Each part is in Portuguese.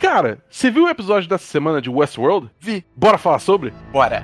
Cara, você viu o episódio dessa semana de Westworld? Vi. Bora falar sobre? Bora.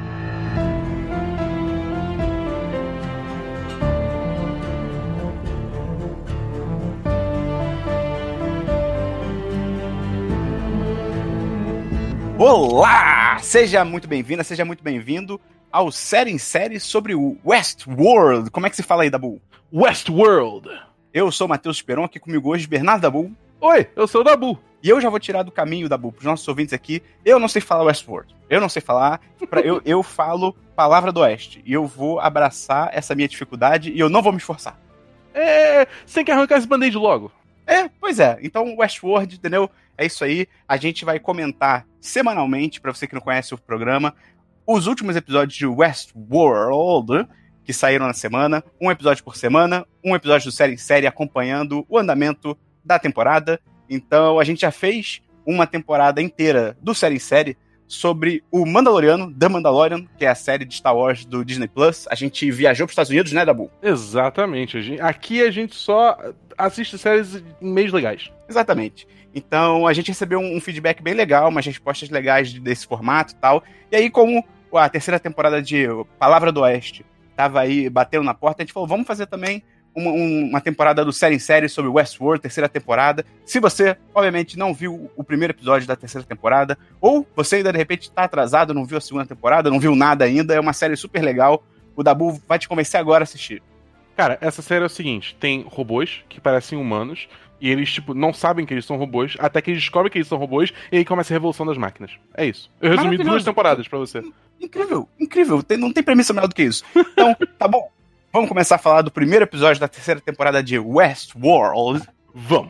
Olá! Seja muito bem-vinda, seja muito bem-vindo ao Série em Série sobre o Westworld. Como é que se fala aí, Dabu? Westworld. Eu sou o Matheus Peron, aqui comigo hoje, Bernardo Dabu. Oi, eu sou o Dabu. E eu já vou tirar do caminho, Dabu, pros nossos ouvintes aqui. Eu não sei falar Westworld. Eu não sei falar. Eu falo Palavra do Oeste. E eu vou abraçar essa minha dificuldade e eu não vou me esforçar. Você tem que arrancar esse band-aid logo. Pois é. Então, Westworld, entendeu? É isso aí. A gente vai comentar semanalmente, pra você que não conhece o programa, os últimos episódios de Westworld que saíram na semana. Um episódio por semana. Um episódio do Série em Série acompanhando o andamento da temporada. Então, a gente já fez uma temporada inteira do Série em Série sobre o Mandaloriano, The Mandalorian, que é a série de Star Wars do Disney Plus. A gente viajou para os Estados Unidos, né, Dabu? Exatamente. Aqui a gente só assiste séries em meios legais. Exatamente. Então, a gente recebeu um feedback bem legal, umas respostas legais desse formato e tal. E aí, como a terceira temporada de Palavra do Oeste tava aí batendo na porta, a gente falou, vamos fazer também uma temporada do Série em Série sobre Westworld, terceira temporada. Se você, obviamente, não viu o primeiro episódio da terceira temporada, ou você ainda, de repente, está atrasado, não viu a segunda temporada, não viu nada ainda, é uma série super legal. O Dabu vai te convencer agora a assistir. Cara, essa série é o seguinte, tem robôs que parecem humanos, e eles, não sabem que eles são robôs, até que eles descobrem que eles são robôs, e aí começa a revolução das máquinas. É isso. Eu resumi 2 temporadas pra você. Incrível. Não tem premissa melhor do que isso. Então, tá bom. Vamos começar a falar do primeiro episódio da terceira temporada de Westworld. Vamos!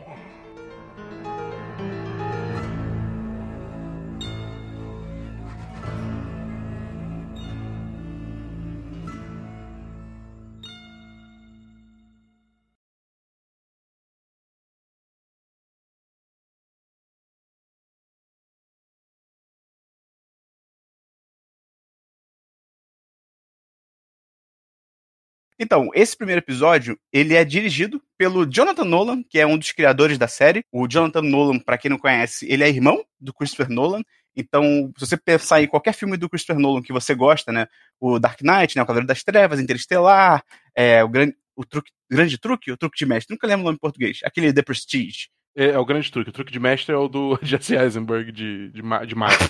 Então, esse primeiro episódio, ele é dirigido pelo Jonathan Nolan, que é um dos criadores da série. O Jonathan Nolan, pra quem não conhece, ele é irmão do Christopher Nolan. Então, se você pensar em qualquer filme do Christopher Nolan que você gosta, né? O Dark Knight, né? O Cavaleiro das Trevas, Interestelar, o Grande Truque, o Truque de Mestre. Nunca lembro o nome em português. Aquele The Prestige. É o Grande Truque. O Truque de Mestre é o do Jesse Eisenberg de Marcos.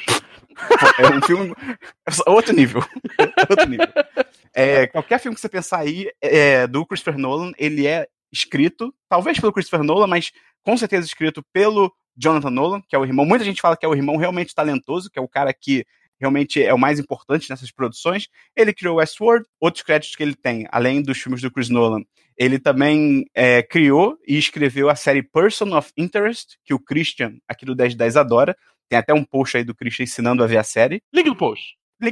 É um filme... Outro nível. Outro nível. Qualquer filme que você pensar aí do Christopher Nolan, ele é escrito, talvez pelo Christopher Nolan, mas com certeza escrito pelo Jonathan Nolan, que é o irmão. Muita gente fala que é o irmão realmente talentoso, que é o cara que realmente é o mais importante nessas produções. Ele criou Westworld, outros créditos que ele tem, além dos filmes do Chris Nolan. Ele também criou e escreveu a série Person of Interest, que o Christian, aqui do 10 de 10, adora. Tem até um post aí do Christian ensinando a ver a série. Link no post.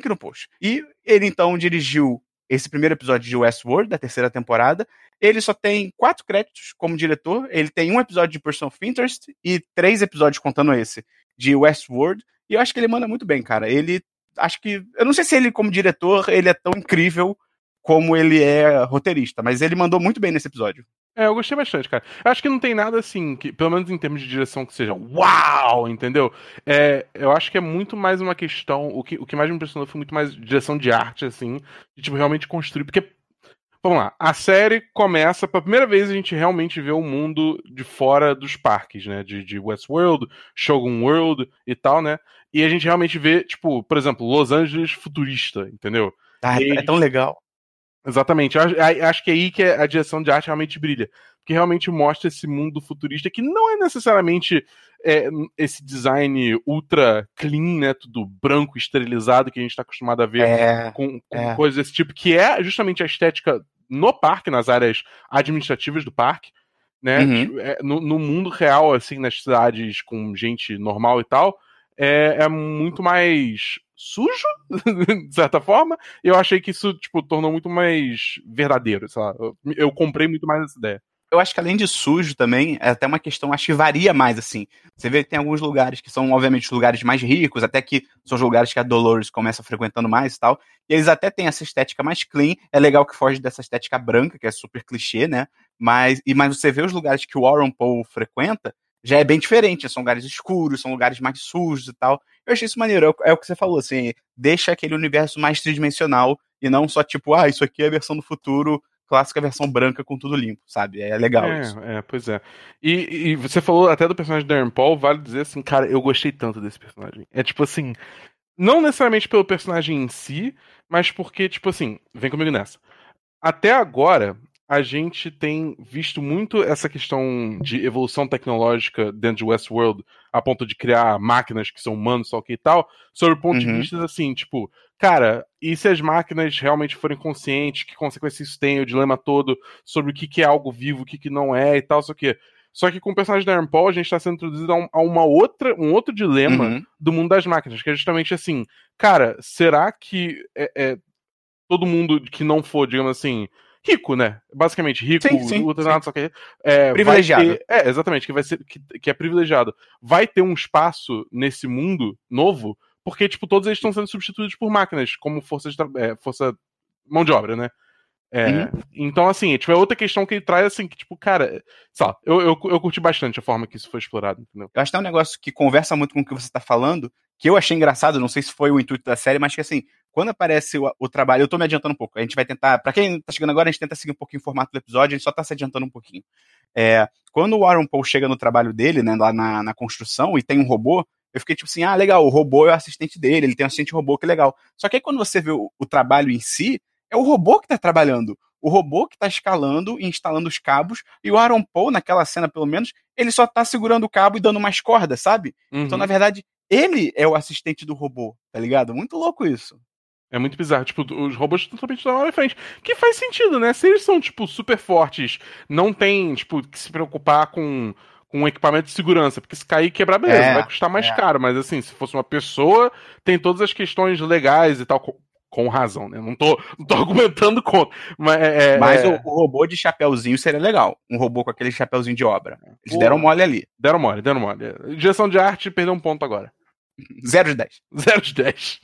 E ele, então, dirigiu esse primeiro episódio de Westworld, da terceira temporada. Ele só tem 4 créditos como diretor. Ele tem um episódio de Person of Interest e 3 episódios, contando esse, de Westworld. E eu acho que ele manda muito bem, cara. Eu não sei se ele, como diretor, ele é tão incrível como ele é roteirista, mas ele mandou muito bem nesse episódio. Eu gostei bastante, cara. Eu acho que não tem nada assim, que, pelo menos em termos de direção, que seja uau, entendeu? Eu acho que é muito mais uma questão. O que mais me impressionou foi muito mais direção de arte, assim, de realmente construir. Porque, vamos lá, a série começa, pela primeira vez a gente realmente vê o mundo de fora dos parques, né? De Westworld, Shogun World e tal, né? E a gente realmente vê, por exemplo, Los Angeles futurista, entendeu? É tão legal. Exatamente. Acho que é aí que a direção de arte realmente brilha. Porque realmente mostra esse mundo futurista que não é necessariamente esse design ultra clean, né? Tudo branco, esterilizado que a gente está acostumado a ver com coisas desse tipo, que é justamente a estética no parque, nas áreas administrativas do parque, né? Uhum. No mundo real, assim, nas cidades com gente normal e tal, é muito mais sujo, de certa forma, e eu achei que isso, tornou muito mais verdadeiro, sei lá. Eu comprei muito mais essa ideia. Eu acho que além de sujo também, é até uma questão, acho que varia mais, assim. Você vê que tem alguns lugares que são, obviamente, lugares mais ricos, até que são os lugares que a Dolores começa frequentando mais e tal, e eles até têm essa estética mais clean, é legal que foge dessa estética branca, que é super clichê, né? Mas você vê os lugares que o Aaron Paul frequenta, já é bem diferente. São lugares escuros, são lugares mais sujos e tal. Eu achei isso maneiro. É o que você falou, assim, deixa aquele universo mais tridimensional e não só tipo, isso aqui é a versão do futuro, clássica versão branca com tudo limpo, sabe? É legal isso. Pois é. E você falou até do personagem do Aaron Paul, vale dizer assim, cara, eu gostei tanto desse personagem. É tipo assim, não necessariamente pelo personagem em si, mas porque, tipo assim, vem comigo nessa. Até agora, a gente tem visto muito essa questão de evolução tecnológica dentro de Westworld, a ponto de criar máquinas que são humanos, só que e tal, sobre o ponto de vista assim, tipo, cara, e se as máquinas realmente forem conscientes, que consequências isso tem, o dilema todo sobre o que é algo vivo, o que não é e tal, só que. Só que com o personagem da Aaron Paul, a gente está sendo introduzido a um outro dilema do mundo das máquinas, que é justamente assim, cara, será que todo mundo que não for, digamos assim, rico, né? Basicamente, rico, sim. só que Privilegiado. vai ter, exatamente, que vai ser que é privilegiado. Vai ter um espaço nesse mundo novo, porque tipo todos eles estão sendo substituídos por máquinas como força mão de obra, né? Então, assim, tipo, é outra questão que ele traz, assim, que, tipo, cara, sei lá, eu curti bastante a forma que isso foi explorado, entendeu? Eu acho que é um negócio que conversa muito com o que você tá falando, que eu achei engraçado, não sei se foi o intuito da série, mas que, assim, quando aparece o trabalho, eu tô me adiantando um pouco, a gente vai tentar, pra quem tá chegando agora, a gente tenta seguir um pouquinho o formato do episódio, a gente só tá se adiantando um pouquinho. Quando o Aaron Paul chega no trabalho dele, né, lá na construção, e tem um robô, eu fiquei tipo assim, legal, o robô é o assistente dele, ele tem um assistente robô, que legal. Só que aí quando você vê o trabalho em si, é o robô que tá trabalhando. O robô que tá escalando e instalando os cabos, e o Aaron Paul, naquela cena pelo menos, ele só tá segurando o cabo e dando mais corda, sabe? Então, na verdade, ele é o assistente do robô, tá ligado? Muito louco isso. É muito bizarro. Tipo, os robôs estão totalmente na frente. Que faz sentido, né? Se eles são, tipo, super fortes, não tem, tipo, que se preocupar com um equipamento de segurança. Porque se cair e quebrar, beleza, vai custar mais caro. Mas, assim, se fosse uma pessoa, tem todas as questões legais e tal. Com razão, né? Não tô argumentando contra. Mas o robô de chapéuzinho seria legal. Um robô com aquele chapéuzinho de obra. Eles deram mole ali. Deram mole. Direção de arte, perdeu um ponto agora. 0 de 10. 0 de 10.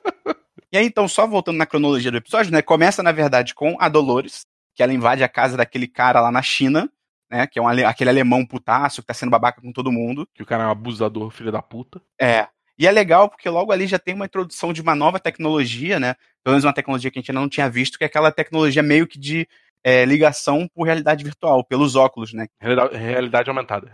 E aí, então, só voltando na cronologia do episódio, né? Começa, na verdade, com a Dolores, que ela invade a casa daquele cara lá na China, né? Que é aquele alemão putaço que tá sendo babaca com todo mundo. Que o cara é um abusador, filho da puta. E é legal porque logo ali já tem uma introdução de uma nova tecnologia, né? Pelo menos uma tecnologia que a gente ainda não tinha visto, que é aquela tecnologia meio que de ligação por realidade virtual, pelos óculos, né? Realidade aumentada.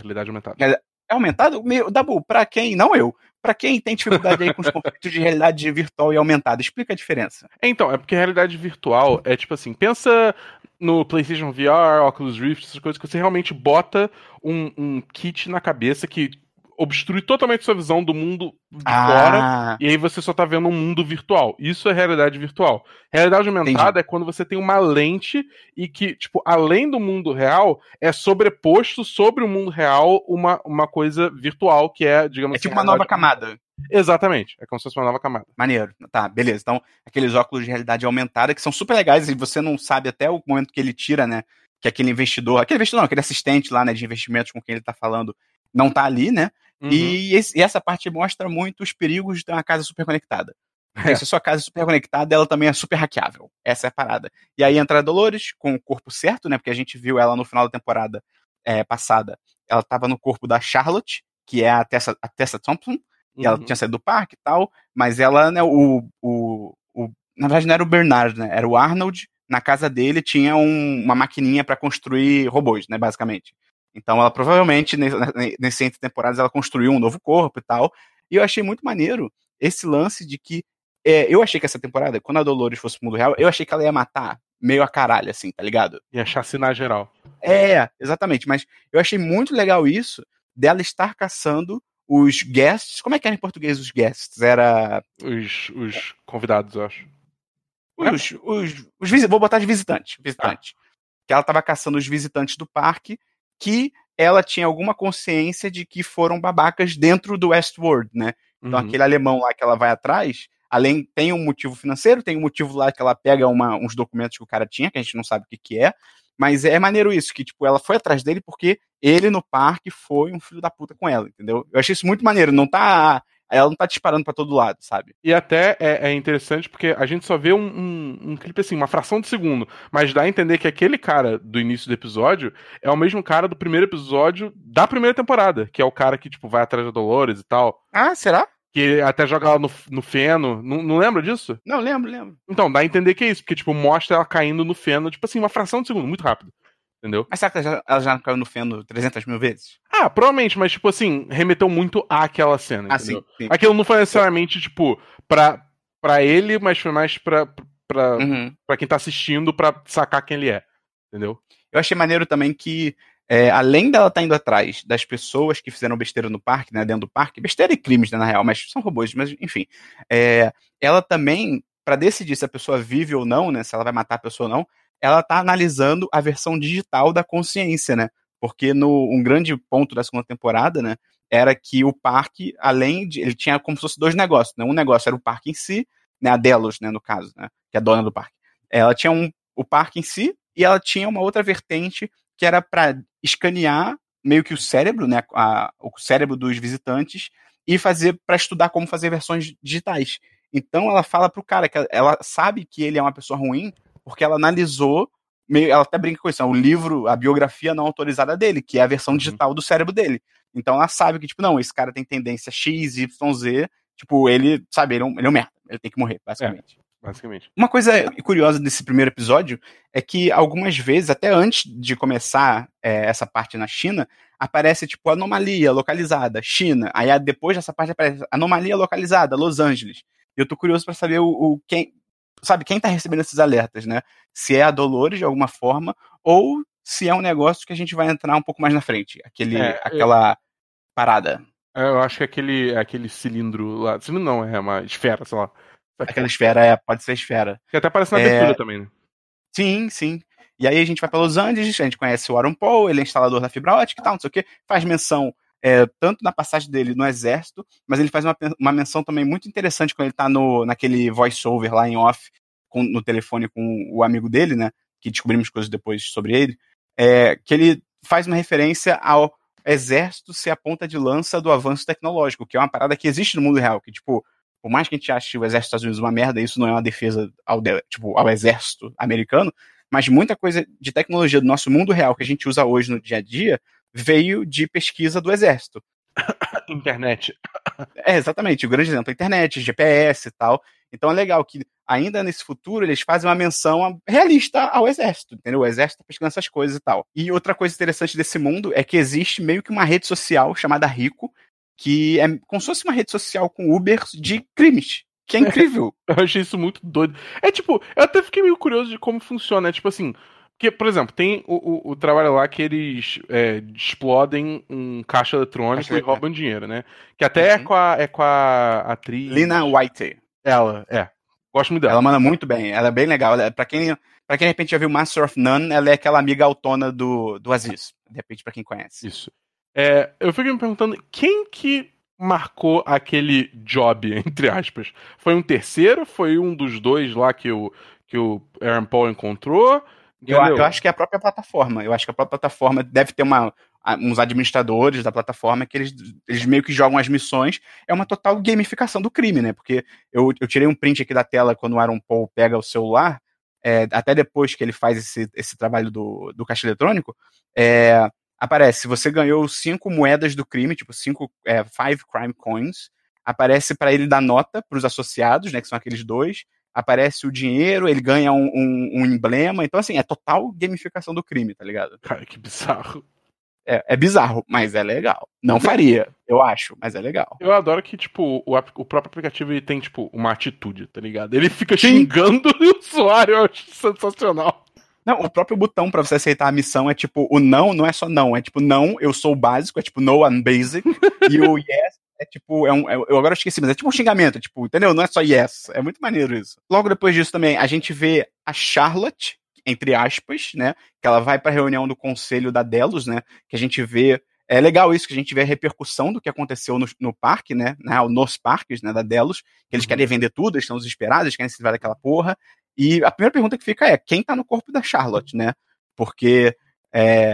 É aumentado? Dabu, pra quem? Não eu. Pra quem tem dificuldade aí com os conceitos de realidade virtual e aumentada, explica a diferença. Então, é porque realidade virtual é tipo assim, pensa no PlayStation VR, Oculus Rift, essas coisas que você realmente bota um kit na cabeça que obstrui totalmente sua visão do mundo de fora, e aí você só tá vendo um mundo virtual. Isso é realidade virtual. Realidade aumentada é quando você tem uma lente e que, tipo, além do mundo real, é sobreposto sobre o mundo real uma coisa virtual que é, digamos assim... É tipo uma nova camada. Exatamente. É como se fosse uma nova camada. Maneiro. Tá, beleza. Então, aqueles óculos de realidade aumentada que são super legais e você não sabe até o momento que ele tira, né? Que aquele investidor não, aquele assistente lá, né, de investimentos com quem ele tá falando, não tá ali, né? E essa parte mostra muito os perigos de uma casa super conectada. Se a sua casa é super conectada, ela também é super hackeável. Essa é a parada. E aí entra a Dolores com o corpo certo, né? Porque a gente viu ela no final da temporada passada. Ela tava no corpo da Charlotte, que é a Tessa Thompson, e ela tinha saído do parque e tal, mas ela, né, na verdade não era o Bernard, né? Era o Arnold. Na casa dele tinha uma maquininha para construir robôs, né, basicamente. Então ela provavelmente, nesse entre temporadas, ela construiu um novo corpo e tal. E eu achei muito maneiro esse lance de que eu achei que essa temporada, quando a Dolores fosse pro mundo real, eu achei que ela ia matar meio a caralho, assim, tá ligado? Ia chacinar geral. Exatamente. Mas eu achei muito legal isso, dela estar caçando os guests. Como é que era em português os guests? Era... Os convidados, eu acho. Vou botar de visitantes. Que ela tava caçando os visitantes do parque, que ela tinha alguma consciência de que foram babacas dentro do Westworld, né? Então aquele alemão lá que ela vai atrás, tem um motivo financeiro, tem um motivo lá que ela pega uns documentos que o cara tinha, que a gente não sabe o que é, mas é maneiro isso, que tipo, ela foi atrás dele porque ele no parque foi um filho da puta com ela, entendeu? Eu achei isso muito maneiro, não tá Aí ela não tá disparando pra todo lado, sabe? E até é interessante porque a gente só vê um clipe assim, uma fração de segundo, mas dá a entender que aquele cara do início do episódio é o mesmo cara do primeiro episódio da primeira temporada, que é o cara que, tipo, vai atrás da Dolores e tal. Ah, será? Que até joga ela no feno. Não lembra disso? Não, lembro. Então, dá a entender que é isso, porque, tipo, mostra ela caindo no feno, tipo assim, uma fração de segundo, muito rápido. Entendeu? Mas será que ela já não caiu no feno 300 mil vezes? Ah, provavelmente, mas, tipo assim, remeteu muito àquela cena, entendeu? Sim. Aquilo não foi necessariamente, tipo, pra ele, mas foi mais pra quem tá assistindo pra sacar quem ele é, entendeu? Eu achei maneiro também que, além dela estar indo atrás das pessoas que fizeram besteira no parque, né, dentro do parque, besteira e crimes, né, na real, mas são robôs, mas enfim, ela também, pra decidir se a pessoa vive ou não, né, se ela vai matar a pessoa ou não, ela tá analisando a versão digital da consciência, né, porque um grande ponto da segunda temporada, né, era que o parque, ele tinha como se fosse dois negócios, né, um negócio era o parque em si, né, a Delos, né, no caso, né, que é a dona do parque, ela tinha o parque em si, e ela tinha uma outra vertente que era para escanear meio que o cérebro, né, o cérebro dos visitantes e fazer para estudar como fazer versões digitais. Então ela fala pro cara que ela sabe que ele é uma pessoa ruim porque ela analisou, ela até brinca com isso, o livro, a biografia não autorizada dele, que é a versão digital do cérebro dele. Então ela sabe que, tipo, não, esse cara tem tendência X, Y, Z, tipo, ele, sabe, ele é um merda, ele tem que morrer, basicamente. Basicamente. Uma coisa curiosa desse primeiro episódio é que algumas vezes, até antes de começar essa parte na China, aparece tipo anomalia localizada, China. Aí depois dessa parte aparece anomalia localizada, Los Angeles. E eu tô curioso para saber quem tá recebendo esses alertas, né? Se é a Dolores de alguma forma ou se é um negócio que a gente vai entrar um pouco mais na frente, aquela parada. Eu acho que aquele cilindro lá. Cilindro não, é uma esfera, sei lá. Aquela esfera, pode ser esfera. Que até aparece na abertura também, né? Sim. E aí a gente vai para Los Angeles, a gente conhece o Aaron Paul, ele é instalador da fibra ótica e tal, não sei o quê. Faz menção tanto na passagem dele no exército, mas ele faz uma menção também muito interessante quando ele tá naquele voice-over lá em off, no telefone com o amigo dele, né? Que descobrimos coisas depois sobre ele. Que ele faz uma referência ao exército ser a ponta de lança do avanço tecnológico, que é uma parada que existe no mundo real, que, tipo, por mais que a gente ache o exército dos Estados Unidos uma merda, isso não é uma defesa ao exército americano, mas muita coisa de tecnologia do nosso mundo real que a gente usa hoje no dia a dia veio de pesquisa do exército. Internet. Exatamente. O grande exemplo é a internet, GPS e tal. Então é legal que ainda nesse futuro eles fazem uma menção realista ao exército, entendeu? O exército tá pesquisando essas coisas e tal. E outra coisa interessante desse mundo é que existe meio que uma rede social chamada Rico, que é como se fosse uma rede social com Uber de crimes. Que é incrível. Eu achei isso muito doido. Tipo, eu até fiquei meio curioso de como funciona. Tipo assim, porque, por exemplo, tem o trabalho lá que eles explodem um caixa eletrônico e roubam dinheiro, né? Que até é com a atriz. Lina White. Ela, gosto muito dela. Ela manda muito bem, ela é bem legal. Pra quem de repente já viu Master of None, ela é aquela amiga autona do Aziz. De repente, pra quem conhece. Isso. Eu fico me perguntando quem que marcou aquele job, entre aspas. Foi um terceiro? Foi um dos dois lá que o Aaron Paul encontrou? Eu acho que é a própria plataforma. Eu acho que a própria plataforma deve ter uns administradores da plataforma que eles meio que jogam as missões. É uma total gamificação do crime, né? Porque eu tirei um print aqui da tela quando o Aaron Paul pega o celular, até depois que ele faz esse trabalho do caixa eletrônico, aparece, você ganhou 5 moedas do crime, tipo 5 crime coins, aparece para ele dar nota para os associados, né, que são aqueles dois, aparece o dinheiro, ele ganha um emblema, então assim, é total gamificação do crime, tá ligado? Cara, que bizarro. É bizarro, mas é legal. Não faria, eu acho, mas é legal. Eu adoro que, tipo, o próprio aplicativo ele tem, tipo, uma atitude, tá ligado? Ele fica xingando o usuário, eu acho sensacional. Não, o próprio botão pra você aceitar a missão é tipo, o não é só não, é tipo, não, eu sou o básico, é tipo, no I'm basic, e o yes é tipo, eu agora esqueci, mas é tipo um xingamento, tipo, entendeu? Não é só yes, é muito maneiro isso. Logo depois disso também, a gente vê a Charlotte, entre aspas, né, que ela vai pra reunião do conselho da Delos, né, que a gente vê, é legal isso, que a gente vê a repercussão do que aconteceu no parque, né, nos parques, né, da Delos, que eles querem vender tudo, eles estão desesperados, eles querem se livrar daquela porra. E a primeira pergunta que fica é, quem tá no corpo da Charlotte, né? Porque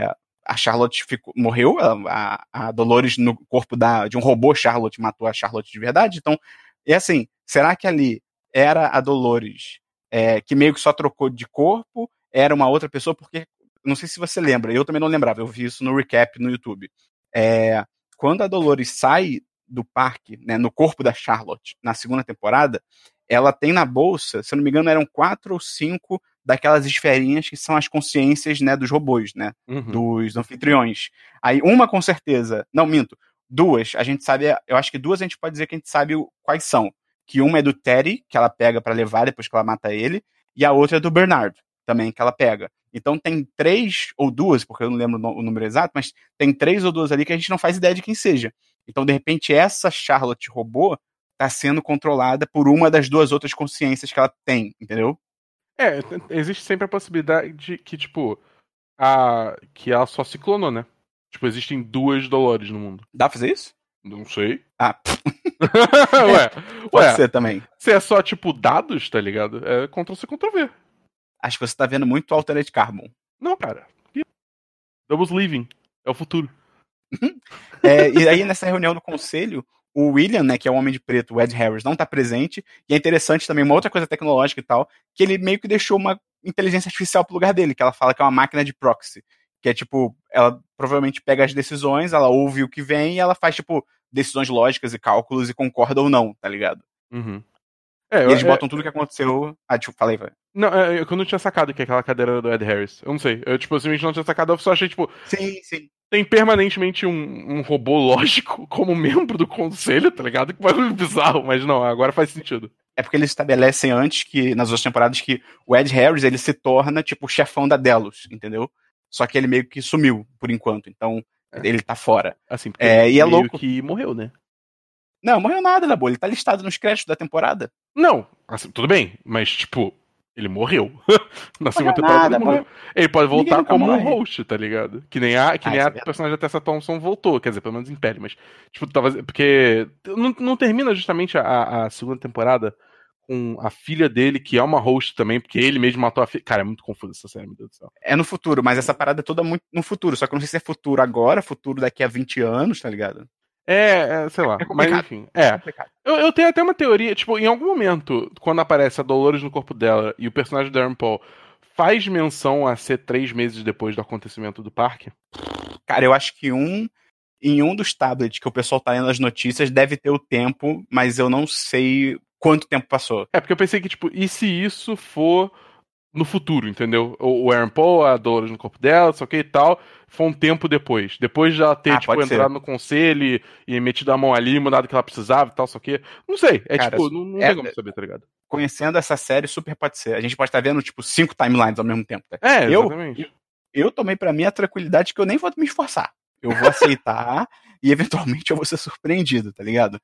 a Charlotte morreu, a Dolores no corpo de um robô Charlotte matou a Charlotte de verdade. Então, e assim, será que ali era a Dolores que meio que só trocou de corpo, era uma outra pessoa? Porque, não sei se você lembra, eu também não lembrava, eu vi isso no recap no YouTube. Quando a Dolores sai do parque, né, no corpo da Charlotte, na segunda temporada, ela tem na bolsa, se eu não me engano, eram 4 ou 5 daquelas esferinhas que são as consciências, né, dos robôs, né, dos anfitriões. Aí uma com certeza, não, minto, 2, a gente sabe, eu acho que 2 a gente pode dizer que a gente sabe quais são. Que uma é do Teddy, que ela pega pra levar depois que ela mata ele, e a outra é do Bernard, também, que ela pega. Então tem 3 ou 2, porque eu não lembro o número exato, mas tem 3 ou 2 ali que a gente não faz ideia de quem seja. Então, de repente, essa Charlotte robô tá sendo controlada por uma das 2 outras consciências que ela tem, entendeu? Existe sempre a possibilidade de que, tipo, que ela só se clonou, né? Tipo, existem 2 Dolores no mundo. Dá pra fazer isso? Não sei. Ué, pode ser também. Se é só, tipo, dados, tá ligado? É Ctrl-C, Ctrl-V. Acho que você tá vendo muito Altered Carbon. Não, cara. Doubles Living. É o futuro. E aí, nessa reunião do conselho, o William, né, que é o Homem de Preto, o Ed Harris, não tá presente. E é interessante também, uma outra coisa tecnológica e tal, que ele meio que deixou uma inteligência artificial pro lugar dele, que ela fala que é uma máquina de proxy. Que é tipo, ela provavelmente pega as decisões, ela ouve o que vem e ela faz, tipo, decisões lógicas e cálculos e concorda ou não, tá ligado? E eles botam tudo o que aconteceu. Tipo, falei, vai. Não, eu não tinha sacado que aquela cadeira era do Ed Harris. Eu não sei. Eu, tipo, simplesmente não tinha sacado. Eu só achei, tipo. Sim. Tem permanentemente um robô lógico como membro do conselho, tá ligado? Que bagulho bizarro, mas não, agora faz sentido. É porque eles estabelecem antes que, nas outras temporadas, que o Ed Harris, ele se torna, tipo, o chefão da Delos, entendeu? Só que ele meio que sumiu, por enquanto. Então, ele tá fora. Assim, porque ele e é meio louco. que morreu, né? Não, morreu nada, Dabu. Ele tá listado nos créditos da temporada. Não, assim, tudo bem, mas, tipo, ele morreu. Na segunda temporada ele morreu. Ele pode voltar como um host, tá ligado? Que nem a personagem da Tessa Thompson voltou, quer dizer, pelo menos em pele, mas, tipo, talvez. Porque não termina justamente a segunda temporada com a filha dele, que é uma host também, porque ele mesmo matou a filha. Cara, é muito confuso essa série, meu Deus do céu. É no futuro, mas essa parada é toda muito no futuro. Só que eu não sei se é futuro agora, futuro daqui a 20 anos, tá ligado? Sei lá. Complicado. Mas enfim, Eu tenho até uma teoria, tipo, em algum momento, quando aparece a Dolores no corpo dela e o personagem do Aaron Paul faz menção a ser 3 meses depois do acontecimento do parque? Cara, eu acho que em um dos tablets que o pessoal tá lendo as notícias deve ter o tempo, mas eu não sei quanto tempo passou. Porque eu pensei que, tipo, e se isso for no futuro, entendeu? O Aaron Paul, a Dolores no corpo dela, só que e tal, foi um tempo depois. Depois de ela ter, tipo, entrado no conselho e metido a mão ali, mandado o que ela precisava e tal, só que. Não sei. Cara, tipo, não tem como saber, tá ligado? Conhecendo essa série, super pode ser. A gente pode estar vendo, tipo, 5 timelines ao mesmo tempo. Tá? Exatamente. Eu tomei pra mim a tranquilidade que eu nem vou me esforçar. Eu vou aceitar e eventualmente eu vou ser surpreendido, tá ligado?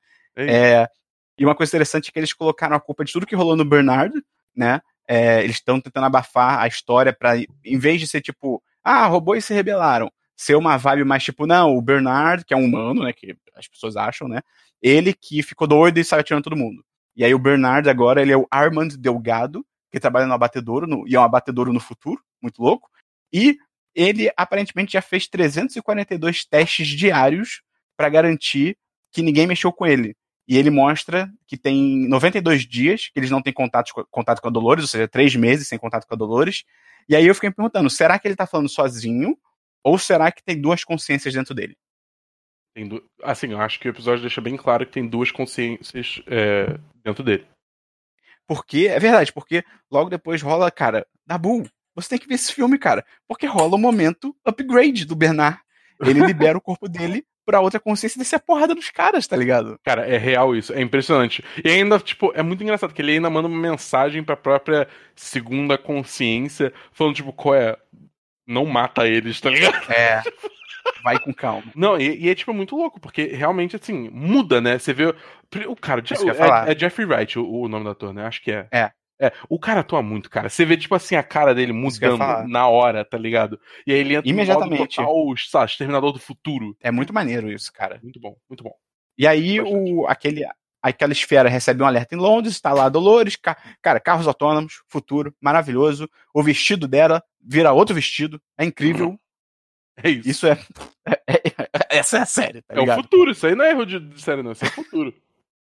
E uma coisa interessante é que eles colocaram a culpa de tudo que rolou no Bernard, né? Eles estão tentando abafar a história pra, em vez de ser tipo, robôs se rebelaram, ser uma vibe mais tipo, não, o Bernard, que é um humano, né, que as pessoas acham, né, ele que ficou doido e saiu atirando todo mundo. E aí o Bernard agora, ele é o Armand Delgado, que trabalha no abatedouro, e é um abatedouro no futuro, muito louco, e ele aparentemente já fez 342 testes diários pra garantir que ninguém mexeu com ele. E ele mostra que tem 92 dias que eles não têm contato com a Dolores, ou seja, 3 meses sem contato com a Dolores. E aí eu fiquei me perguntando, será que ele tá falando sozinho? Ou será que tem 2 consciências dentro dele? Assim, eu acho que o episódio deixa bem claro que tem 2 consciências dentro dele. Porque, é verdade, porque logo depois rola, cara, Dabu, você tem que ver esse filme, cara. Porque rola o momento upgrade do Bernard. Ele libera o corpo dele pra outra consciência descer a porrada dos caras, tá ligado? Cara, é real isso, é impressionante. E ainda, tipo, é muito engraçado que ele ainda manda uma mensagem pra própria segunda consciência, falando, tipo, qual é? Não mata eles, tá ligado? Vai com calma. Não, e é, tipo, muito louco, porque realmente, assim, muda, né? Você vê. O cara, é Jeffrey Wright o nome do ator, né? Acho que é. O cara atua muito, cara. Você vê, tipo assim, a cara dele mudando na hora, tá ligado? E aí ele entra imediatamente no modo total, sabe, Exterminador do Futuro. É muito maneiro isso, cara. Muito bom, muito bom. E aí aquela esfera recebe um alerta em Londres, tá lá a Dolores, cara, carros autônomos, futuro, maravilhoso. O vestido dela vira outro vestido, é incrível. É isso. Isso essa é a série, tá É o ligado? futuro, isso aí não é erro de série, não, isso é o futuro.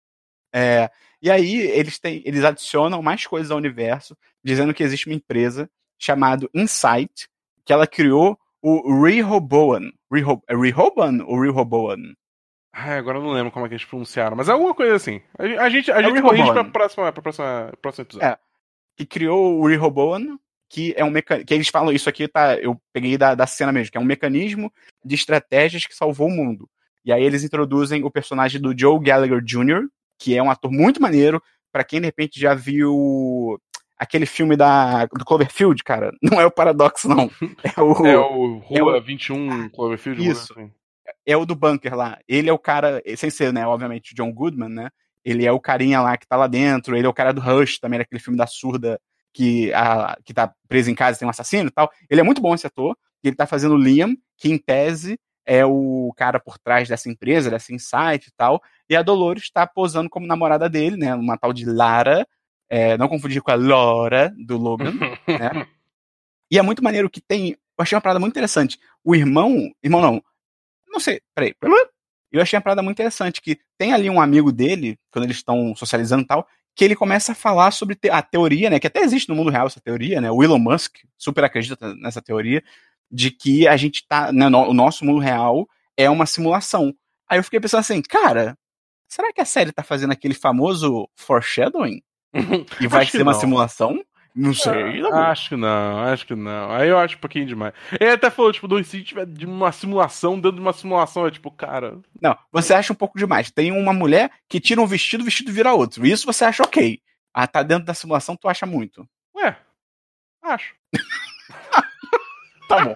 E aí eles adicionam mais coisas ao universo, dizendo que existe uma empresa chamada Insight, que ela criou o Rehoboam. Rehoboam ou Rehoboam? Ai, agora eu não lembro como é que eles pronunciaram, mas é alguma coisa assim. A É o gente corrige pra Rehoboam. próximo episódio. Que criou o Rehoboam, que é um que eles falam isso aqui, tá? Eu peguei da cena mesmo, que é um mecanismo de estratégias que salvou o mundo. E aí eles introduzem o personagem do Joe Gallagher Jr., que é um ator muito maneiro, para quem de repente já viu aquele filme do Cloverfield, cara. Não é o Paradoxo, não. É o É o Rua 21 Cloverfield, um isso. assim. É o do bunker lá. Ele é o cara, sem ser, né, obviamente, John Goodman, né? Ele é o carinha lá que tá lá dentro. Ele é o cara do Rush, também, daquele filme da surda que tá preso em casa e tem um assassino e tal. Ele é muito bom esse ator. Ele tá fazendo o Liam, que em tese é o cara por trás dessa empresa, dessa Insight e tal. E a Dolores tá posando como namorada dele, né? Uma tal de Lara. Não confundir com a Laura do Logan, né? E é muito maneiro que tem. Eu achei uma parada muito interessante. O irmão. Irmão não. Não sei, peraí. Eu achei uma parada muito interessante, que tem ali um amigo dele, quando eles estão socializando e tal, que ele começa a falar sobre a teoria, né, que até existe no mundo real essa teoria, né, o Elon Musk super acredita nessa teoria, de que a gente tá, né, o nosso mundo real é uma simulação. Aí eu fiquei pensando assim, cara, será que a série tá fazendo aquele famoso foreshadowing? E vai Acho que ser uma não. simulação? Não sei, amor. Acho que não, acho que não. Aí eu acho um pouquinho demais. Ele até falou, tipo, se tiver de uma simulação dentro de uma simulação, é tipo, cara. Não, você acha um pouco demais. Tem uma mulher que tira um vestido, o vestido vira outro. Isso você acha ok. Ah, tá dentro da simulação, tu acha muito. Ué, acho. Tá bom.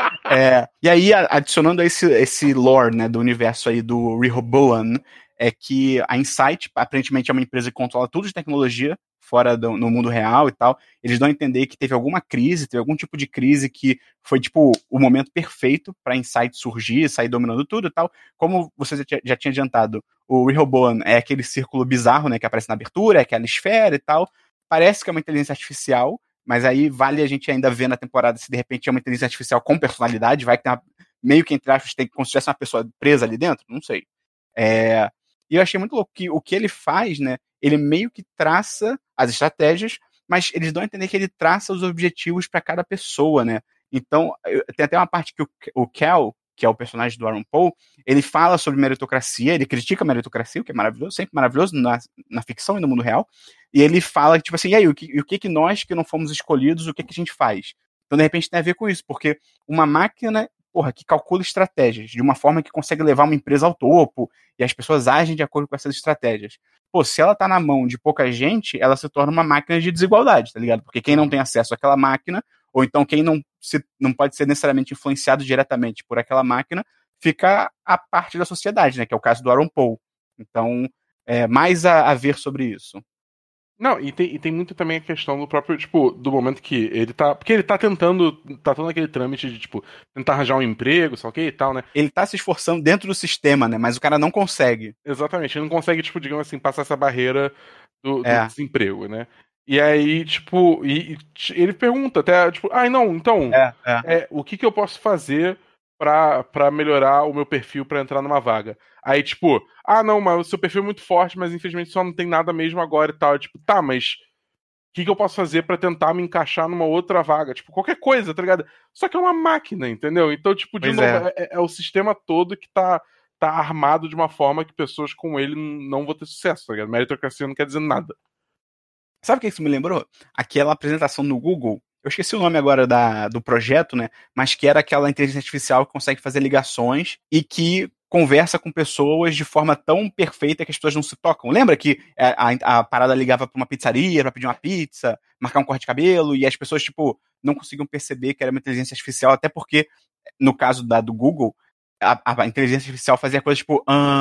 E aí, adicionando esse lore, né, do universo aí do Rehoboam, é que a Insight, aparentemente, é uma empresa que controla tudo de tecnologia fora no mundo real e tal. Eles dão a entender que teve alguma crise, teve algum tipo de crise que foi, tipo, o momento perfeito pra Insight surgir, sair dominando tudo e tal. Como você já tinha adiantado, o Rehoboam é aquele círculo bizarro, né, que aparece na abertura, é aquela esfera e tal. Parece que é uma inteligência artificial, mas aí vale a gente ainda ver na temporada se de repente é uma inteligência artificial com personalidade, vai que tem meio que entre aspas, tem como se tivesse uma pessoa presa ali dentro, não sei. E eu achei muito louco que o que ele faz, né, ele meio que traça as estratégias, mas eles dão a entender que ele traça os objetivos para cada pessoa, né? Então, tem até uma parte que o Cal, que é o personagem do Aaron Paul, ele fala sobre meritocracia, ele critica a meritocracia, o que é maravilhoso, sempre maravilhoso na ficção e no mundo real, e ele fala, tipo assim, e aí, o que nós que não fomos escolhidos, o que a gente faz? Então, de repente, tem a ver com isso, porque uma máquina, porra, que calcula estratégias de uma forma que consegue levar uma empresa ao topo, e as pessoas agem de acordo com essas estratégias. Pô, se ela tá na mão de pouca gente, ela se torna uma máquina de desigualdade, tá ligado? Porque quem não tem acesso àquela máquina, ou então quem não pode ser necessariamente influenciado diretamente por aquela máquina, fica a parte da sociedade, né? Que é o caso do Aaron Paul. Então, mais a ver sobre isso. Não, e tem muito também a questão do próprio, tipo, do momento que ele tá. Porque ele tá tentando. Tá todo aquele trâmite de, tipo, tentar arranjar um emprego, sei lá o que e tal, né? Ele tá se esforçando dentro do sistema, né? Mas o cara não consegue. Exatamente, ele não consegue, tipo, digamos assim, passar essa barreira do É, desemprego, né? E aí, tipo, ele pergunta até, tipo, não, então, é. o que que eu posso fazer pra melhorar o meu perfil pra entrar numa vaga? Aí, tipo, não, mas o seu perfil é muito forte, mas infelizmente só não tem nada mesmo agora e tal. Eu, tipo, tá, mas o que que eu posso fazer pra tentar me encaixar numa outra vaga? Tipo, qualquer coisa, tá ligado? Só que é uma máquina, entendeu? Então, tipo, de Pois novo, é. é o sistema todo que tá armado de uma forma que pessoas como ele não vão ter sucesso, tá ligado? Meritocracia não quer dizer nada. Sabe o que isso me lembrou? Aquela apresentação no Google. Eu esqueci o nome agora do projeto, né? Mas que era aquela inteligência artificial que consegue fazer ligações e que conversa com pessoas de forma tão perfeita que as pessoas não se tocam. Lembra que a parada ligava para uma pizzaria para pedir uma pizza, marcar um corte de cabelo, e as pessoas, tipo, não conseguiam perceber que era uma inteligência artificial, até porque, no caso do Google, a inteligência artificial fazia coisas tipo,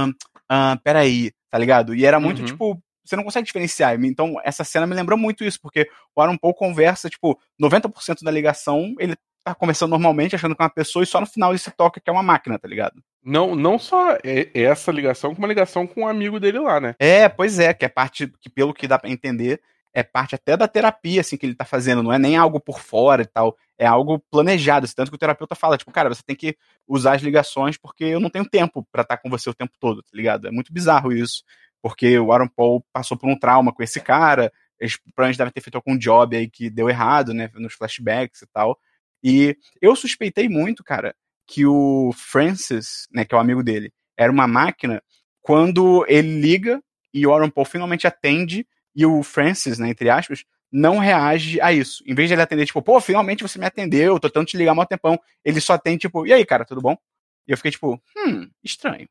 peraí, tá ligado? E era muito, Uhum. tipo, você não consegue diferenciar. Então, essa cena me lembrou muito isso, porque o Aaron Paul conversa, tipo, 90% da ligação, ele tá conversando normalmente, achando que é uma pessoa, e só no final ele se toca que é uma máquina, tá ligado? Não só essa ligação, como uma ligação com um amigo dele lá, né? Pois é, que é parte que, pelo que dá pra entender, é parte até da terapia, assim, que ele tá fazendo, não é nem algo por fora e tal, é algo planejado, assim, tanto que o terapeuta fala, tipo, cara, você tem que usar as ligações porque eu não tenho tempo pra estar com você o tempo todo, tá ligado? É muito bizarro isso, porque o Aaron Paul passou por um trauma com esse cara, eles provavelmente devem ter feito algum job aí que deu errado, né, nos flashbacks e tal, e eu suspeitei muito, cara, que o Francis, né, que é o amigo dele, era uma máquina quando ele liga e o Aaron Paul finalmente atende e o Francis, né, entre aspas, não reage a isso. Em vez de ele atender, tipo, pô, finalmente você me atendeu, tô tentando te ligar há mó tempão, ele só tem, tipo, e aí, cara, tudo bom? E eu fiquei, tipo, estranho.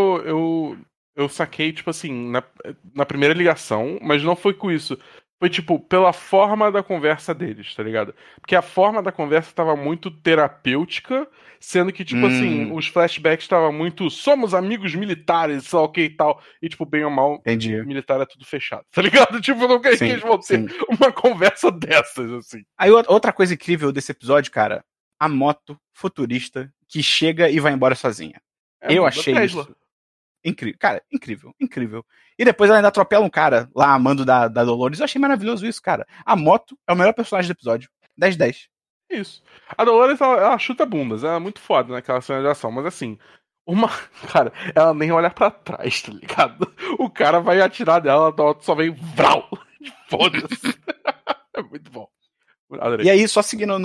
Eu saquei, tipo assim, na primeira ligação, mas não foi com isso. Foi, tipo, pela forma da conversa deles, tá ligado? Porque a forma da conversa tava muito terapêutica, sendo que, tipo assim, os flashbacks estavam muito somos amigos militares, sei lá o que e tal. E, tipo, bem ou mal, Entendi. militar é tudo fechado, tá ligado? Tipo, eu não quero que Sim, eles vão ter sim. uma conversa dessas, assim. Aí outra coisa incrível desse episódio, cara, a moto futurista que chega e vai embora sozinha. É Eu mundo da achei Tesla. isso incrível. Cara, incrível, incrível. E depois ela ainda atropela um cara lá, amando da Dolores. Eu achei maravilhoso isso, cara. A moto é o melhor personagem do episódio. 10/10. Isso. A Dolores, ela chuta bundas, ela é muito foda naquela cena de ação, mas assim, uma. Cara, ela nem olha pra trás, tá ligado? O cara vai atirar dela, a outra só vem vral. Foda-se. É muito bom. E Adorei. aí, só seguindo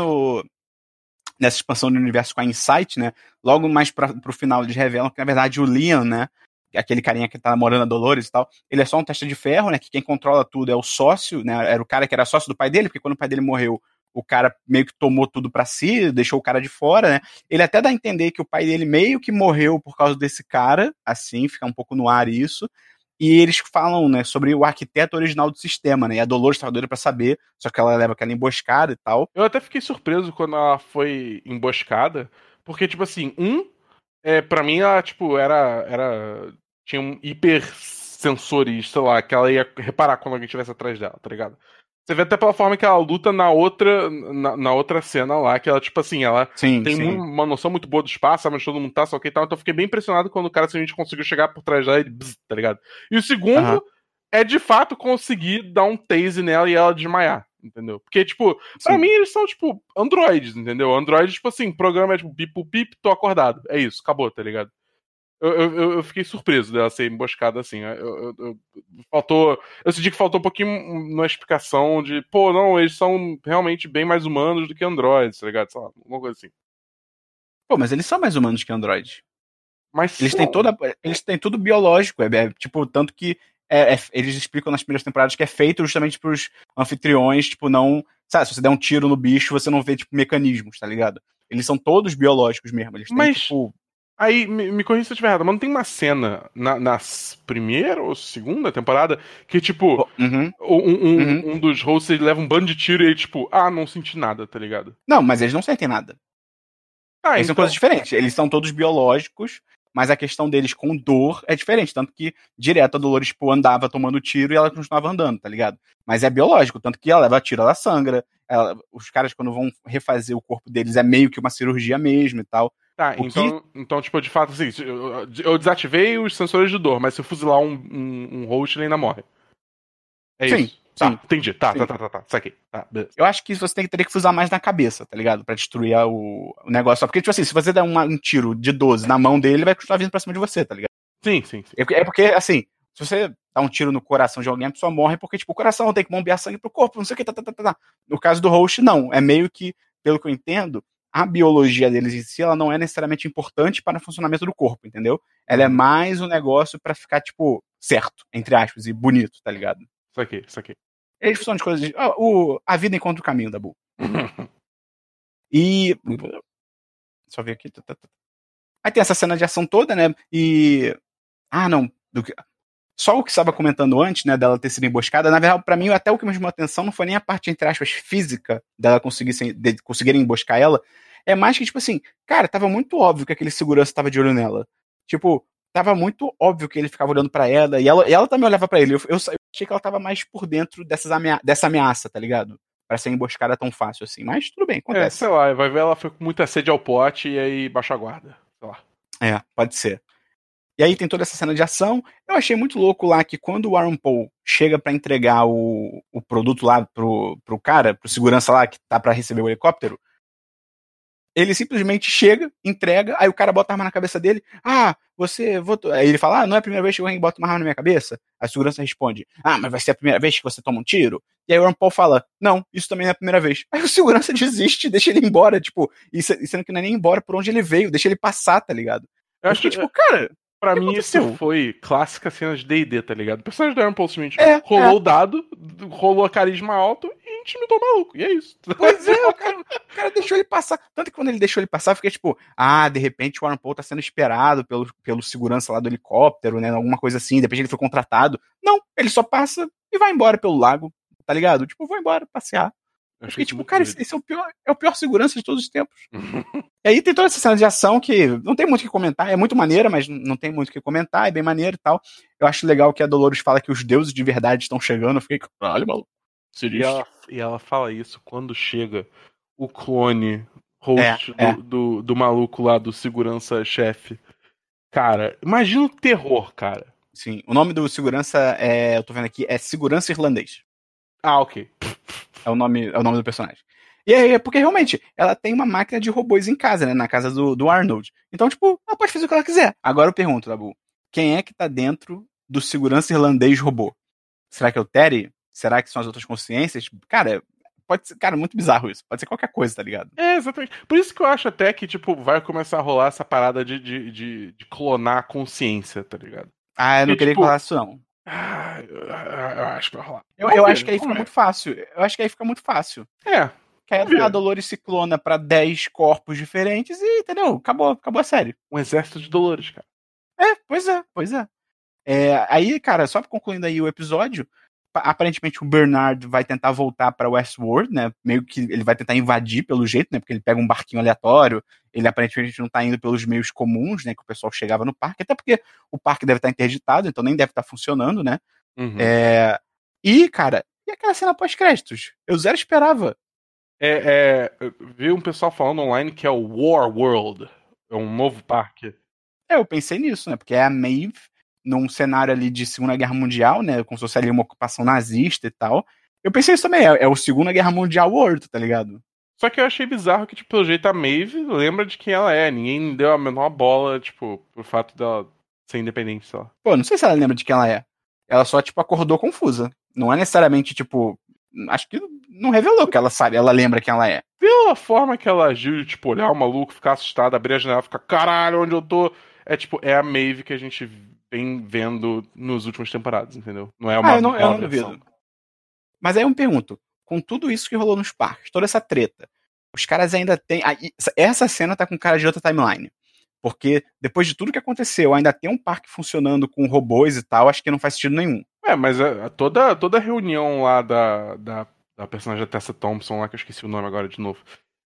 nessa expansão do universo com a Insight, né? Logo mais pro final, eles revelam que, na verdade, o Liam, né? Aquele carinha que tá namorando a Dolores e tal, ele é só um testa de ferro, né? Que quem controla tudo é o sócio, né? Era o cara que era sócio do pai dele, porque quando o pai dele morreu, o cara meio que tomou tudo pra si, deixou o cara de fora, né? Ele até dá a entender que o pai dele meio que morreu por causa desse cara, assim, fica um pouco no ar isso. E eles falam, né, sobre o arquiteto original do sistema, né? E a Dolores estava doida pra saber, só que ela leva aquela emboscada e tal. Eu até fiquei surpreso quando ela foi emboscada, porque, tipo assim, pra mim ela, tipo, tinha um hipersensores, sei lá, que ela ia reparar quando alguém estivesse atrás dela, tá ligado? Você vê até pela forma que ela luta na outra cena lá, que ela, tipo assim, ela Sim, tem sim. uma noção muito boa do espaço, sabe onde todo mundo tá, só que e tal. Então eu fiquei bem impressionado quando o cara simplesmente conseguiu chegar por trás dela e bzz, tá ligado? E o Aham, segundo é de fato conseguir dar um tase nela e ela desmaiar, entendeu? Porque, tipo, pra mim sim. eles são, tipo, androides, entendeu? Android, tipo assim, programa é tipo pip, pip, tô acordado. É isso, acabou, tá ligado? Eu fiquei surpreso dela ser emboscada assim. Faltou. Eu senti que faltou um pouquinho uma explicação de, pô, não, eles são realmente bem mais humanos do que androides, tá ligado? Sei lá, uma coisa assim. Pô, mas eles são mais humanos que Android. Mas Eles têm são. eles têm tudo biológico, tipo, tanto que eles explicam nas primeiras temporadas que é feito justamente pros anfitriões, tipo, não, sabe, se você der um tiro no bicho, você não vê, tipo, mecanismos, tá ligado? Eles são todos biológicos mesmo, eles têm, Mas. tipo, Aí, me corrija se eu estiver errado, mas não tem uma cena na primeira ou segunda temporada que, tipo, uhum, uhum. um dos hosts ele leva um bando de tiro e ele, tipo, não senti nada, tá ligado? Não, mas eles não sentem nada. Ah, Eles são coisas então. diferentes, eles são todos biológicos, mas a questão deles com dor é diferente, tanto que direto a Dolores, tipo, andava tomando tiro e ela continuava andando, tá ligado? Mas é biológico, tanto que ela leva tiro, ela sangra, os caras quando vão refazer o corpo deles é meio que uma cirurgia mesmo e tal. Tá, O que, então, tipo, de fato, assim, eu desativei os sensores de dor, mas se eu fuzilar um host, ele ainda morre. É sim, isso. Tá, sim, entendi. Tá. sim. Saquei. Tá, beleza. Eu acho que isso você teria que fusar mais na cabeça, tá ligado? Pra destruir o negócio. Porque, tipo assim, se você der um tiro de 12 na mão dele, ele vai continuar vindo pra cima de você, tá ligado? Sim. É porque, assim, se você dá um tiro no coração de alguém, a pessoa morre porque, tipo, o coração tem que bombear sangue pro corpo, não sei o que, tá. No caso do host, não. É meio que, pelo que eu entendo, a biologia deles em si, ela não é necessariamente importante para o funcionamento do corpo, entendeu? Ela é Uhum. mais um negócio pra ficar, tipo, certo, entre aspas, e bonito, tá ligado? Saquei. Eles funcionam de coisas. A vida encontra o caminho, Dabu. E. Só ver aqui. Aí tem essa cena de ação toda, né? E. Ah, não. Só o que estava comentando antes, né, dela ter sido emboscada, na verdade, pra mim, até o que me chamou a atenção não foi nem a parte, entre aspas, física dela conseguirem emboscar ela, é mais que, tipo assim, cara, tava muito óbvio que aquele segurança tava de olho nela. Tipo, tava muito óbvio que ele ficava olhando pra ela, e ela também olhava pra ele. Eu achei que ela tava mais por dentro dessa ameaça, tá ligado? Pra ser emboscada tão fácil assim. Mas tudo bem, Sei acontece. lá, vai ver ela foi com muita sede ao pote e aí baixa a guarda. Sei lá. É, pode ser. E aí tem toda essa cena de ação. Eu achei muito louco lá que quando o Aaron Paul chega pra entregar o produto lá pro cara, pro segurança lá que tá pra receber o helicóptero, ele simplesmente chega, entrega, aí o cara bota a arma na cabeça dele. Ah, você votou. Aí ele fala, não é a primeira vez que alguém bota uma arma na minha cabeça? A segurança responde, mas vai ser a primeira vez que você toma um tiro? E aí o Aaron Paul fala, não, isso também não é a primeira vez. Aí o segurança desiste, deixa ele embora, tipo, e sendo que não é nem embora por onde ele veio, deixa ele passar, tá ligado? Eu fiquei tipo, cara, pra o que mim aconteceu? isso foi clássica cena de D&D, tá ligado? O personagem do Aaron Paul simplesmente rolou o dado, rolou a carisma alto e intimidou o maluco. E é isso. Pois é, o cara deixou ele passar. Tanto que quando ele deixou ele passar, eu fiquei tipo, de repente o Aaron Paul tá sendo esperado pelo segurança lá do helicóptero, né? Alguma coisa assim, de repente ele foi contratado. Não, ele só passa e vai embora pelo lago, tá ligado? Tipo, vou embora passear. Eu fiquei tipo, cara, esse é o pior segurança de todos os tempos. E aí tem toda essa cena de ação que não tem muito o que comentar, é muito maneira, mas não tem muito o que comentar, é bem maneiro e tal. Eu acho legal que a Dolores fala que os deuses de verdade estão chegando. Eu fiquei, caralho, maluco. E ela fala isso quando chega o clone host do maluco lá, do segurança-chefe. Cara, imagina o terror, cara. Sim, o nome do segurança eu tô vendo aqui, é Segurança Irlandês. Ok. É o nome do personagem. E aí, porque realmente, ela tem uma máquina de robôs em casa, né? Na casa do Arnold. Então, tipo, ela pode fazer o que ela quiser. Agora eu pergunto, Dabu, quem é que tá dentro do segurança irlandês robô? Será que é o Terry? Será que são as outras consciências? Cara, pode ser, cara, muito bizarro isso. Pode ser qualquer coisa, tá ligado? É, exatamente. Por isso que eu acho até que, tipo, vai começar a rolar essa parada de clonar a consciência, tá ligado? Eu não queria falar isso, não. Eu acho que vai rolar. Eu acho que aí fica muito fácil. Eu acho que aí fica muito fácil. É. Que aí a Dolores se clona pra 10 corpos diferentes e, entendeu? Acabou a série. Um exército de Dolores, cara. Pois é. Aí, cara, só concluindo aí o episódio, aparentemente o Bernard vai tentar voltar pra Westworld, né? Meio que ele vai tentar invadir pelo jeito, né? Porque ele pega um barquinho aleatório, ele aparentemente não tá indo pelos meios comuns, né? Que o pessoal chegava no parque, até porque o parque deve estar interditado, então nem deve estar funcionando, né? Uhum. E, cara, e aquela cena pós-créditos? Eu zero esperava. Eu vi um pessoal falando online que é o War World. É um novo parque. Eu pensei nisso, né? Porque é a Maeve num cenário ali de Segunda Guerra Mundial, né? Como se fosse ali uma ocupação nazista e tal. Eu pensei isso também, é o Segunda Guerra Mundial World, tá ligado? Só que eu achei bizarro que, tipo, pelo jeito a Maeve lembra de quem ela é. Ninguém deu a menor bola, tipo, pro fato dela ser independente só. Pô, não sei se ela lembra de quem ela é. Ela só, tipo, acordou confusa. Não é necessariamente, tipo. Acho que não revelou que ela sabe, ela lembra quem ela é. Pela forma que ela agiu, de, tipo, olhar o maluco, ficar assustada, abrir a janela, ficar, caralho, onde eu tô? É tipo, é a Maeve que a gente vem vendo nos últimos temporadas, entendeu? Não é uma eu não versão. duvido. Mas aí eu me pergunto, com tudo isso que rolou nos parques, toda essa treta, os caras ainda têm. Essa cena tá com cara de outra timeline. Porque depois de tudo que aconteceu, ainda tem um parque funcionando com robôs e tal, acho que não faz sentido nenhum. Mas toda reunião lá da personagem da Tessa Thompson, lá que eu esqueci o nome agora de novo.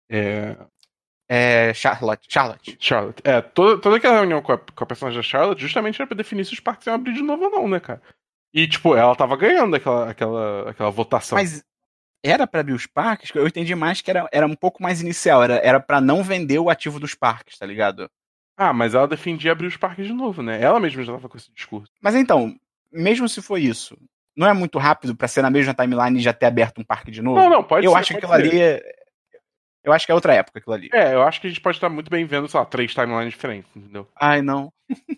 Charlotte. Charlotte. Toda aquela reunião com a personagem da Charlotte justamente era pra definir se os parques iam abrir de novo ou não, né, cara? E, tipo, ela tava ganhando aquela votação. Mas era pra abrir os parques? Eu entendi mais que era um pouco mais inicial. Era pra não vender o ativo dos parques, tá ligado? Mas ela defendia abrir os parques de novo, né? Ela mesma já tava com esse discurso. Mas então, mesmo se for isso, não é muito rápido pra ser na mesma timeline e já ter aberto um parque de novo? Não, pode ser. Eu acho que aquilo ali eu acho que é outra época aquilo ali. Eu acho que a gente pode estar muito bem vendo, sei lá, 3 timelines diferentes, entendeu? Ai, não.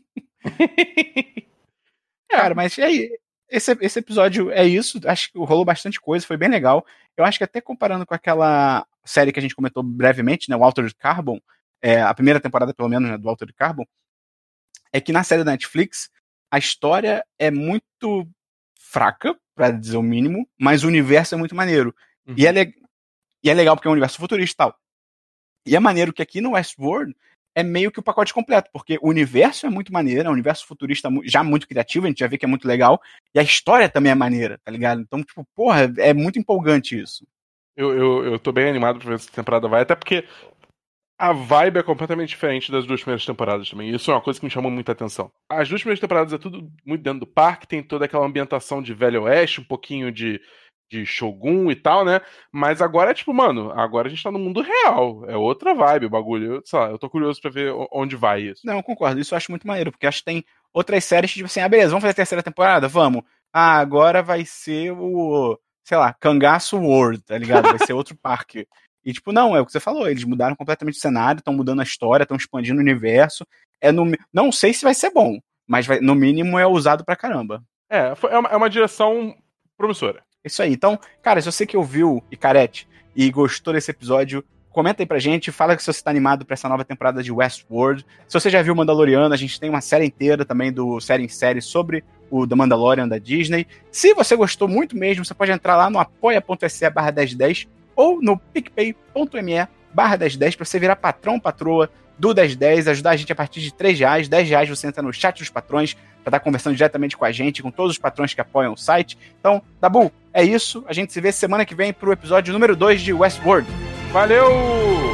Cara, mas e aí? Esse episódio é isso. Acho que rolou bastante coisa, foi bem legal. Eu acho que até comparando com aquela série que a gente comentou brevemente, né, o Altered Carbon, a primeira temporada, pelo menos, né, do Altered Carbon, é que na série da Netflix, a história é muito fraca, pra dizer o mínimo, mas o universo é muito maneiro. Uhum. E é legal porque é um universo futurista e tal. E é maneiro que aqui no Westworld é meio que o pacote completo, porque o universo é muito maneiro, é um universo futurista já muito criativo, a gente já vê que é muito legal, e a história também é maneira, tá ligado? Então, tipo, porra, é muito empolgante isso. Eu tô bem animado pra ver se essa temporada vai, até porque a vibe é completamente diferente das 2 primeiras temporadas também. Isso é uma coisa que me chamou muita atenção. As 2 primeiras temporadas é tudo muito dentro do parque, tem toda aquela ambientação de Velho Oeste, um pouquinho de Shogun e tal, né? Mas agora é tipo, mano, agora a gente tá no mundo real. É outra vibe o bagulho. Sei lá, eu tô curioso pra ver onde vai isso. Não, eu concordo. Isso eu acho muito maneiro, porque acho que tem outras séries que, tipo assim, beleza, vamos fazer a terceira temporada? Vamos. Agora vai ser o, sei lá, Cangaço World, tá ligado? Vai ser outro parque. E, tipo, não, é o que você falou, eles mudaram completamente o cenário, estão mudando a história, estão expandindo o universo. Não sei se vai ser bom, mas no mínimo é usado pra caramba. É uma direção promissora. Isso aí. Então, cara, se você que ouviu Icarete e gostou desse episódio, comenta aí pra gente, fala se você tá animado pra essa nova temporada de Westworld. Se você já viu Mandaloriano, a gente tem uma série inteira também do Série em Série sobre o The Mandalorian da Disney. Se você gostou muito mesmo, você pode entrar lá no apoia.se/1010 ou no picpay.me/1010 pra você virar patrão, patroa do 1010, ajudar a gente a partir de R$3. R$10 você entra no chat dos patrões pra estar conversando diretamente com a gente, com todos os patrões que apoiam o site. Então, Dabu, é isso. A gente se vê semana que vem pro episódio número 2 de Westworld. Valeu!